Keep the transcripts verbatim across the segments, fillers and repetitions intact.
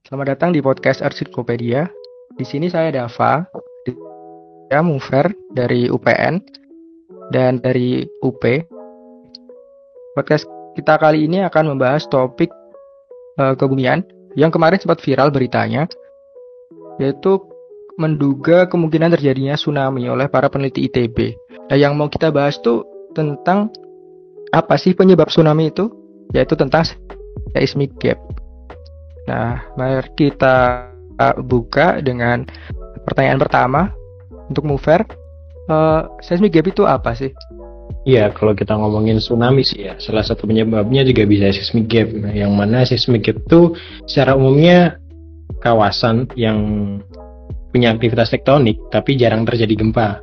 Selamat datang di podcast Arsiklopedia. Di sini saya Dava, saya Mufer dari U P N dan dari U P. Podcast kita kali ini akan membahas topik uh, kebumian yang kemarin sempat viral beritanya, yaitu menduga kemungkinan terjadinya tsunami oleh para peneliti I T B. Nah, yang mau kita bahas tuh tentang apa sih penyebab tsunami itu, yaitu tentang seismic gap. Nah, mari kita buka dengan pertanyaan pertama untuk Mufer. Uh, seismic gap itu apa sih? Iya, kalau kita ngomongin tsunami sih ya, salah satu penyebabnya juga bisa seismic gap. Nah, yang mana seismic gap itu secara umumnya kawasan yang punya aktivitas tektonik tapi jarang terjadi gempa.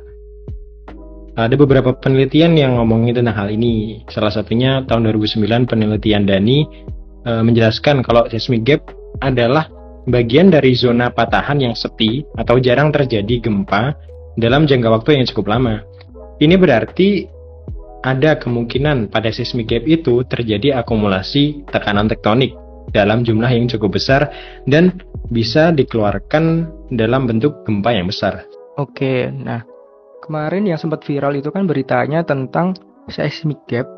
Ada beberapa penelitian yang ngomongin tentang hal ini. Salah satunya tahun dua ribu sembilan penelitian Dani e, menjelaskan kalau seismic gap adalah bagian dari zona patahan yang sepi atau jarang terjadi gempa dalam jangka waktu yang cukup lama. Ini berarti ada kemungkinan pada seismic gap itu terjadi akumulasi tekanan tektonik dalam jumlah yang cukup besar dan bisa dikeluarkan dalam bentuk gempa yang besar. Oke, nah kemarin yang sempat viral itu kan beritanya tentang seismic gap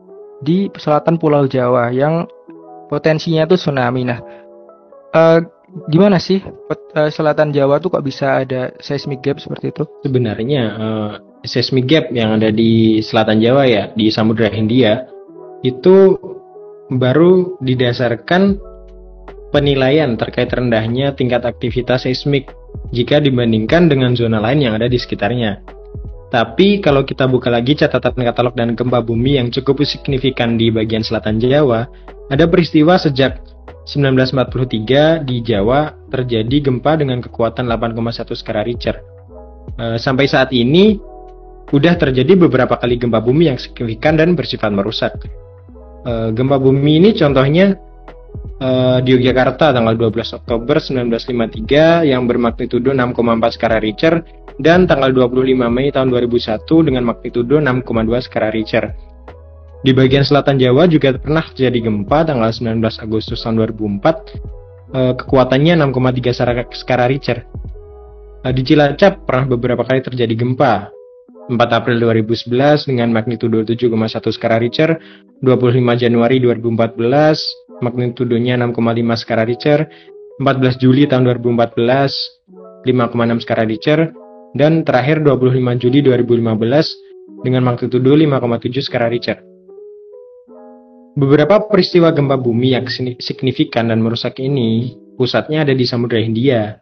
di selatan Pulau Jawa yang potensinya tuh tsunami. Nah, uh, gimana sih uh, selatan Jawa tuh kok bisa ada seismic gap seperti itu? Sebenarnya uh, seismic gap yang ada di selatan Jawa ya, di Samudra Hindia, itu baru didasarkan penilaian terkait rendahnya tingkat aktivitas seismik jika dibandingkan dengan zona lain yang ada di sekitarnya. Tapi kalau kita buka lagi catatan katalog dan gempa bumi yang cukup signifikan di bagian selatan Jawa, ada peristiwa sejak seribu sembilan ratus empat puluh tiga di Jawa terjadi gempa dengan kekuatan delapan koma satu skala Richter. E, sampai saat ini, udah terjadi beberapa kali gempa bumi yang signifikan dan bersifat merusak. E, gempa bumi ini contohnya e, di Yogyakarta tanggal dua belas Oktober seribu sembilan ratus lima puluh tiga yang bermagnitudo enam koma empat skala Richter, dan tanggal dua puluh lima Mei tahun dua ribu satu dengan magnitudo enam koma dua skala Richter. Di bagian selatan Jawa juga pernah terjadi gempa tanggal sembilan belas Agustus tahun dua ribu empat, eh, kekuatannya enam koma tiga skala Richter. Eh, di Cilacap pernah beberapa kali terjadi gempa. empat April dua ribu sebelas dengan magnitudo tujuh koma satu skala Richter, dua puluh lima Januari dua ribu empat belas magnitudonya enam koma lima skala Richter, empat belas Juli tahun dua ribu empat belas lima koma enam skala Richter, dan terakhir dua puluh lima Juli dua ribu lima belas dengan magnitudo lima koma tujuh skala Richter. Beberapa peristiwa gempa bumi yang signifikan dan merusak ini pusatnya ada di Samudra Hindia,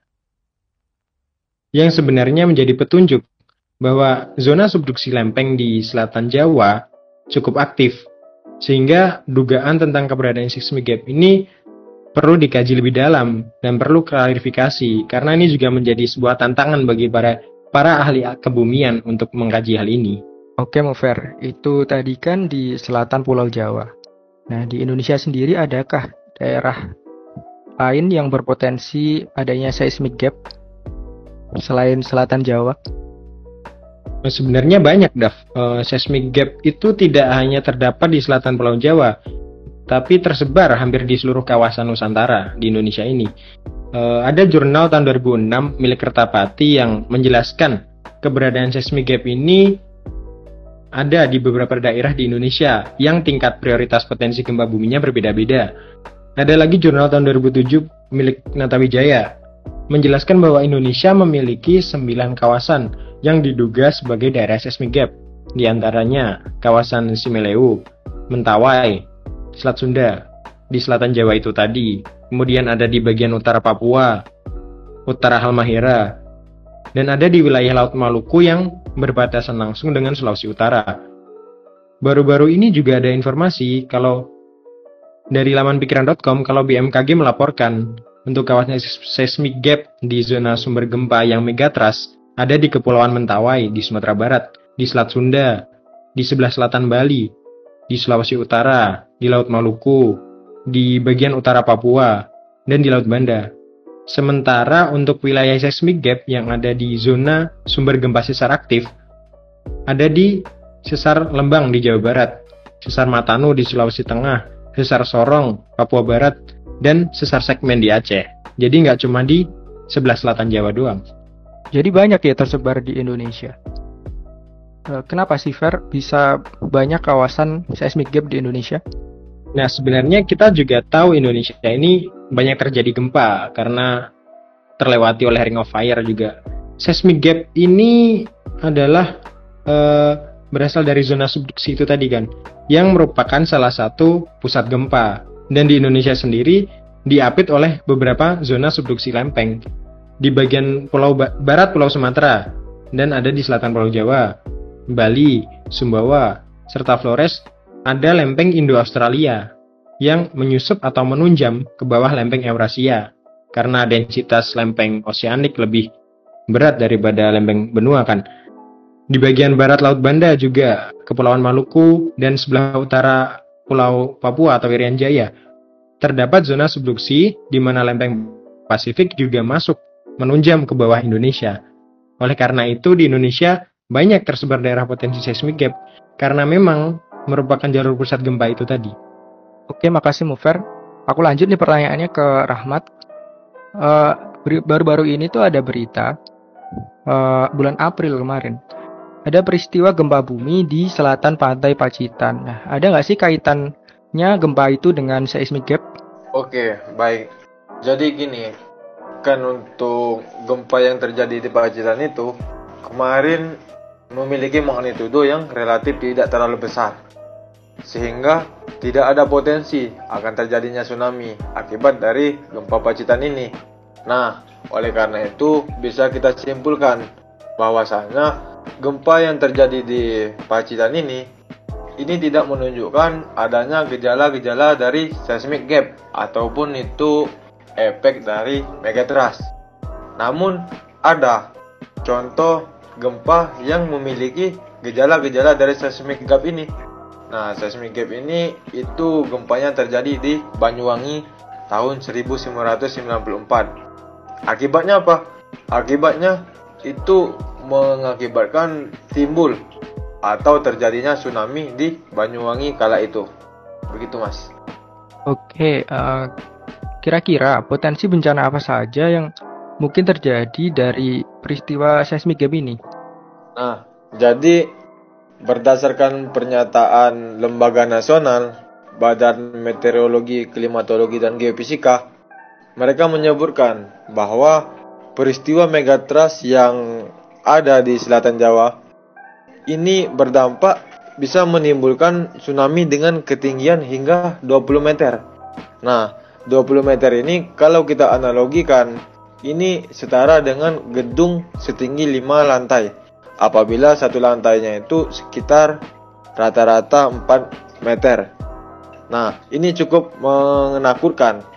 yang sebenarnya menjadi petunjuk bahwa zona subduksi lempeng di selatan Jawa cukup aktif, sehingga dugaan tentang keberadaan seismic gap ini perlu dikaji lebih dalam dan perlu klarifikasi, karena ini juga menjadi sebuah tantangan bagi para para ahli kebumian untuk mengkaji hal ini. Oke, Mufer, itu tadi kan di selatan Pulau Jawa. Nah, di Indonesia sendiri adakah daerah lain yang berpotensi adanya seismic gap selain selatan Jawa? Sebenarnya banyak, Dav. Uh, seismic gap itu tidak hanya terdapat di selatan Pulau Jawa, tapi tersebar hampir di seluruh kawasan Nusantara di Indonesia ini. Uh, ada jurnal tahun dua ribu enam milik Kertapati yang menjelaskan keberadaan seismic gap ini ada di beberapa daerah di Indonesia yang tingkat prioritas potensi gempa buminya berbeda-beda. Ada lagi jurnal tahun dua ribu tujuh milik Natawijaya menjelaskan bahwa Indonesia memiliki sembilan kawasan yang diduga sebagai daerah seismic gap. Di antaranya kawasan Simelew, Mentawai, Selat Sunda, di selatan Jawa itu tadi. Kemudian ada di bagian utara Papua, utara Halmahera, dan ada di wilayah Laut Maluku yang berbatasan langsung dengan Sulawesi Utara. Baru-baru ini juga ada informasi kalau dari laman pikiran dot com kalau B M K G melaporkan untuk kawasan seismic gap di zona sumber gempa yang megatrust ada di Kepulauan Mentawai di Sumatera Barat, di Selat Sunda, di sebelah selatan Bali, di Sulawesi Utara, di Laut Maluku, di bagian utara Papua, dan di Laut Banda. Sementara untuk wilayah seismic gap yang ada di zona sumber gempa sesar aktif ada di Sesar Lembang di Jawa Barat, Sesar Matano di Sulawesi Tengah, Sesar Sorong, Papua Barat, dan Sesar Segmen di Aceh. Jadi nggak cuma di sebelah selatan Jawa doang. Jadi banyak ya tersebar di Indonesia. Eh, Kenapa sih Fer bisa banyak kawasan seismic gap di Indonesia? Nah, sebenarnya kita juga tahu Indonesia ini banyak terjadi gempa karena terlewati oleh Ring of Fire juga. Seismic gap ini adalah eh, berasal dari zona subduksi itu tadi kan, yang merupakan salah satu pusat gempa. Dan di Indonesia sendiri diapit oleh beberapa zona subduksi lempeng. Di bagian pulau ba- barat Pulau Sumatera, dan ada di selatan Pulau Jawa, Bali, Sumbawa, serta Flores, ada lempeng Indo-Australia yang menyusup atau menunjam ke bawah lempeng Eurasia karena densitas lempeng oseanik lebih berat daripada lempeng benua kan. Di bagian barat Laut Banda juga Kepulauan Maluku dan sebelah utara Pulau Papua atau Irian Jaya terdapat zona subduksi di mana lempeng Pasifik juga masuk menunjam ke bawah Indonesia. Oleh karena itu di Indonesia banyak tersebar daerah potensi seismic gap karena memang merupakan jalur pusat gempa itu tadi. Oke, makasih Mufer. Aku lanjut nih pertanyaannya ke Rahmat. Eh, beri- baru-baru ini tuh ada berita eh, bulan April kemarin. Ada peristiwa gempa bumi di selatan pantai Pacitan. Nah, ada nggak sih kaitannya gempa itu dengan seismic gap? Oke, baik. Jadi gini, kan untuk gempa yang terjadi di Pacitan itu kemarin memiliki magnitudo yang relatif tidak terlalu besar, sehingga tidak ada potensi akan terjadinya tsunami akibat dari gempa Pacitan ini. Nah, oleh karena itu bisa kita simpulkan bahwasanya gempa yang terjadi di Pacitan ini ini tidak menunjukkan adanya gejala-gejala dari seismic gap ataupun itu efek dari megatrust. Namun ada contoh gempa yang memiliki gejala-gejala dari seismic gap ini. Nah, seismic gap ini itu gempanya terjadi di Banyuwangi tahun seribu sembilan ratus sembilan puluh empat. Akibatnya apa? Akibatnya itu mengakibatkan timbul atau terjadinya tsunami di Banyuwangi kala itu. Begitu, Mas. Oke, eh, kira-kira potensi bencana apa saja yang mungkin terjadi dari peristiwa seismic gap ini? Nah, jadi berdasarkan pernyataan Lembaga Nasional Badan Meteorologi, Klimatologi, dan Geofisika, mereka menyebutkan bahwa peristiwa megatrust yang ada di selatan Jawa ini berdampak bisa menimbulkan tsunami dengan ketinggian hingga dua puluh meter. Nah, dua puluh meter ini kalau kita analogikan, ini setara dengan gedung setinggi lima lantai. Apabila satu lantainya itu sekitar rata-rata empat meter. Nah, ini cukup menakutkan.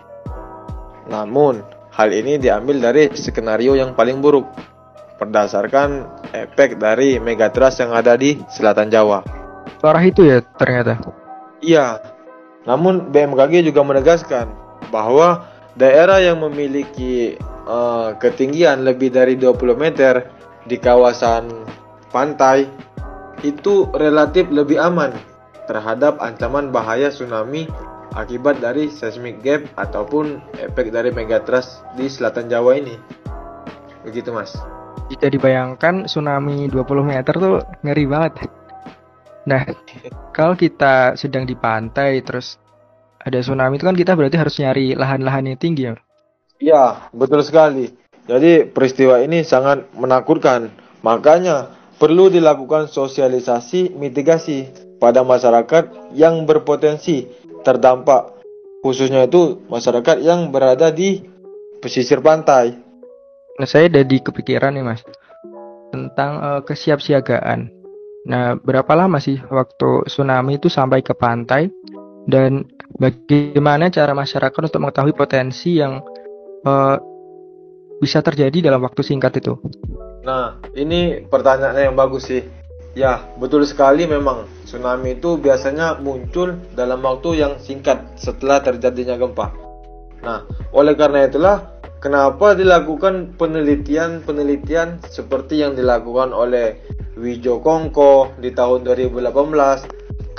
Namun, hal ini diambil dari skenario yang paling buruk berdasarkan efek dari megatrust yang ada di selatan Jawa. Parah itu ya ternyata. Iya, namun B M K G juga menegaskan bahwa daerah yang memiliki uh, ketinggian lebih dari dua puluh meter di kawasan pantai itu relatif lebih aman terhadap ancaman bahaya tsunami akibat dari seismic gap ataupun efek dari megatrust di selatan Jawa ini. Begitu, Mas. Jika dibayangkan tsunami dua puluh meter tuh ngeri banget. Nah, kalau kita sedang di pantai terus ada tsunami itu kan kita berarti harus nyari lahan-lahan yang tinggi ya. Ya, betul sekali. Jadi peristiwa ini sangat menakutkan. Makanya perlu dilakukan sosialisasi mitigasi pada masyarakat yang berpotensi terdampak, khususnya itu masyarakat yang berada di pesisir pantai. Nah, saya jadi kepikiran nih Mas tentang uh, kesiapsiagaan. Nah, berapa lama sih waktu tsunami itu sampai ke pantai dan bagaimana cara masyarakat untuk mengetahui potensi yang uh, bisa terjadi dalam waktu singkat itu? Nah, ini pertanyaan yang bagus sih. Ya, betul sekali memang tsunami itu biasanya muncul dalam waktu yang singkat setelah terjadinya gempa. Nah, oleh karena itulah kenapa dilakukan penelitian-penelitian seperti yang dilakukan oleh Wijo Kongko di tahun dua ribu delapan belas,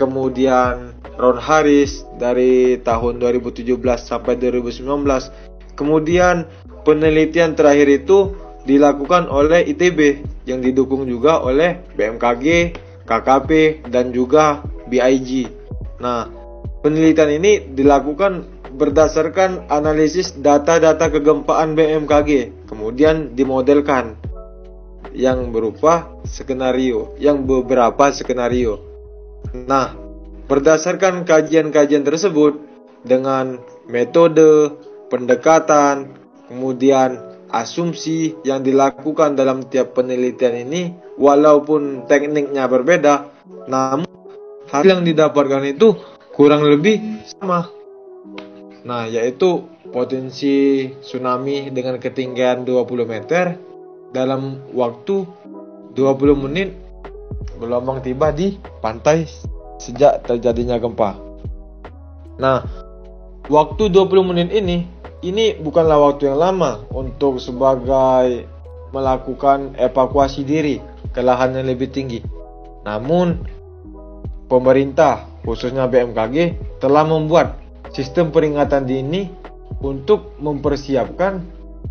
kemudian Ron Harris dari tahun dua ribu tujuh belas sampai dua ribu sembilan belas, Kemudian penelitian terakhir itu dilakukan oleh I T B yang didukung juga oleh B M K G, K K P, dan juga B I G. Nah, penelitian ini dilakukan berdasarkan analisis data-data kegempaan B M K G, kemudian dimodelkan yang berupa skenario, yang beberapa skenario. Nah, berdasarkan kajian-kajian tersebut dengan metode, pendekatan, kemudian asumsi yang dilakukan dalam tiap penelitian ini, walaupun tekniknya berbeda, namun hasil yang didapatkan itu kurang lebih sama. Nah, yaitu potensi tsunami dengan ketinggian dua puluh meter dalam waktu dua puluh menit gelombang tiba di pantai sejak terjadinya gempa. Nah, waktu dua puluh menit ini ini bukanlah waktu yang lama untuk sebagai melakukan evakuasi diri ke lahan yang lebih tinggi. Namun pemerintah khususnya B M K G telah membuat sistem peringatan dini untuk mempersiapkan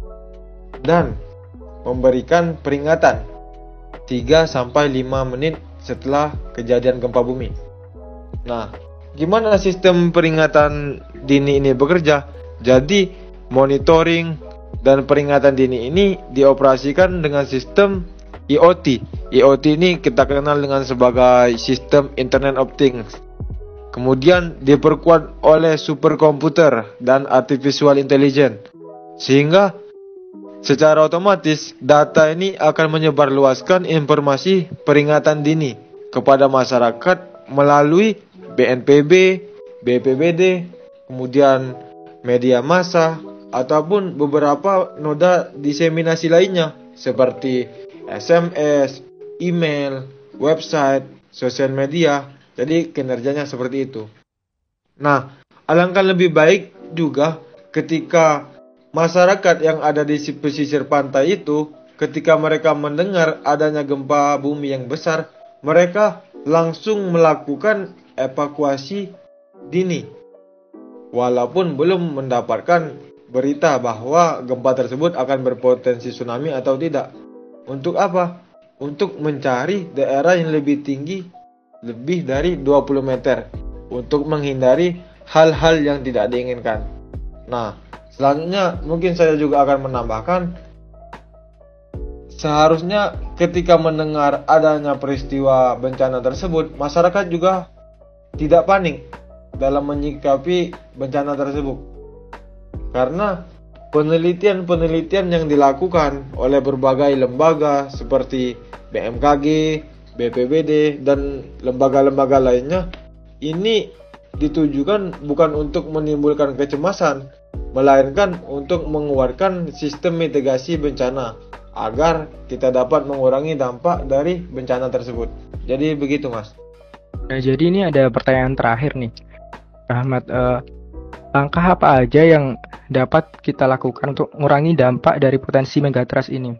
dan memberikan peringatan tiga sampai lima menit setelah kejadian gempa bumi. Nah, gimana sistem peringatan dini ini bekerja? Jadi, monitoring dan peringatan dini ini dioperasikan dengan sistem I O T. I O T ini kita kenal dengan sebagai sistem Internet of Things. Kemudian diperkuat oleh superkomputer dan artificial intelligence, sehingga secara otomatis data ini akan menyebarluaskan informasi peringatan dini kepada masyarakat melalui B N P B, B P B D, kemudian media massa ataupun beberapa noda diseminasi lainnya seperti S M S, email, website, sosial media. Jadi kinerjanya seperti itu. Nah, alangkah lebih baik juga ketika masyarakat yang ada di pesisir pantai itu, ketika mereka mendengar adanya gempa bumi yang besar, mereka langsung melakukan evakuasi dini. Walaupun belum mendapatkan berita bahwa gempa tersebut akan berpotensi tsunami atau tidak. Untuk apa? Untuk mencari daerah yang lebih tinggi, lebih dari dua puluh meter, untuk menghindari hal-hal yang tidak diinginkan. Nah, selanjutnya mungkin saya juga akan menambahkan, seharusnya ketika mendengar adanya peristiwa bencana tersebut, masyarakat juga tidak panik dalam menyikapi bencana tersebut. Karena penelitian-penelitian yang dilakukan oleh berbagai lembaga seperti B M K G, B P B D, dan lembaga-lembaga lainnya ini ditujukan bukan untuk menimbulkan kecemasan, melainkan untuk menguatkan sistem mitigasi bencana agar kita dapat mengurangi dampak dari bencana tersebut. Jadi begitu, Mas. Nah, jadi ini ada pertanyaan terakhir nih, Rahmat. Eh, langkah apa aja yang dapat kita lakukan untuk mengurangi dampak dari potensi megatrust ini?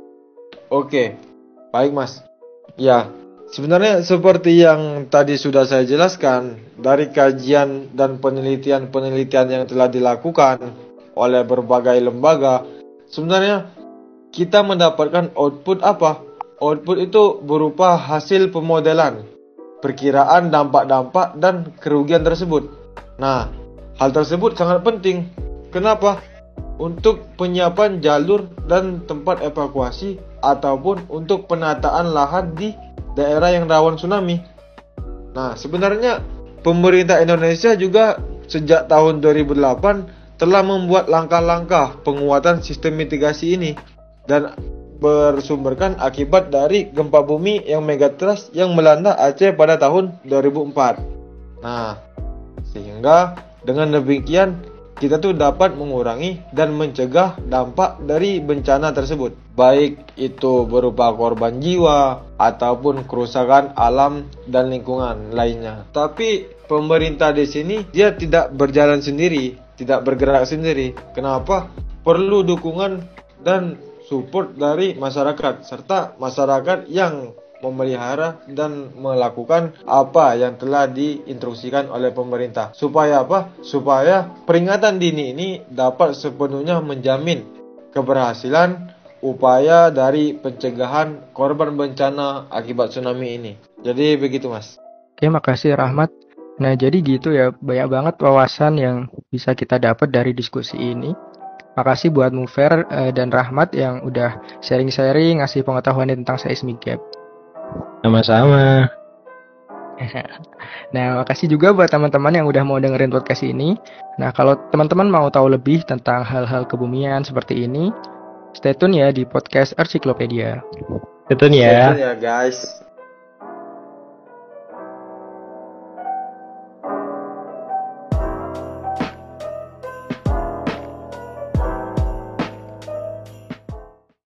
Oke, baik, Mas. Ya, sebenarnya seperti yang tadi sudah saya jelaskan, dari kajian dan penelitian-penelitian yang telah dilakukan oleh berbagai lembaga, sebenarnya kita mendapatkan output apa? Output itu berupa hasil pemodelan, perkiraan dampak-dampak dan kerugian tersebut. Nah, hal tersebut sangat penting. Kenapa? Untuk penyiapan jalur dan tempat evakuasi ataupun untuk penataan lahan di daerah yang rawan tsunami. Nah, sebenarnya pemerintah Indonesia juga sejak tahun dua ribu delapan telah membuat langkah-langkah penguatan sistem mitigasi ini dan bersumberkan akibat dari gempa bumi yang megatrust yang melanda Aceh pada tahun dua ribu empat. Nah, sehingga dengan demikian kita tuh dapat mengurangi dan mencegah dampak dari bencana tersebut, baik itu berupa korban jiwa ataupun kerusakan alam dan lingkungan lainnya. Tapi pemerintah di sini dia tidak berjalan sendiri, tidak bergerak sendiri. Kenapa? Perlu dukungan dan support dari masyarakat serta masyarakat yang memelihara dan melakukan apa yang telah diinstruksikan oleh pemerintah. Supaya apa? Supaya peringatan dini ini dapat sepenuhnya menjamin keberhasilan upaya dari pencegahan korban bencana akibat tsunami ini. Jadi begitu, Mas. Oke, makasih Rahmat. Nah, jadi gitu ya, banyak banget wawasan yang bisa kita dapat dari diskusi ini. Makasih buat Mufer eh, dan Rahmat yang udah sharing-sharing, ngasih pengetahuan tentang seismic gap. Sama-sama. Nah, makasih juga buat teman-teman yang udah mau dengerin podcast ini. Nah, kalau teman-teman mau tahu lebih tentang hal-hal kebumian seperti ini, stay tune ya di podcast Ensiklopedia. Betul ya. Betul ya, guys.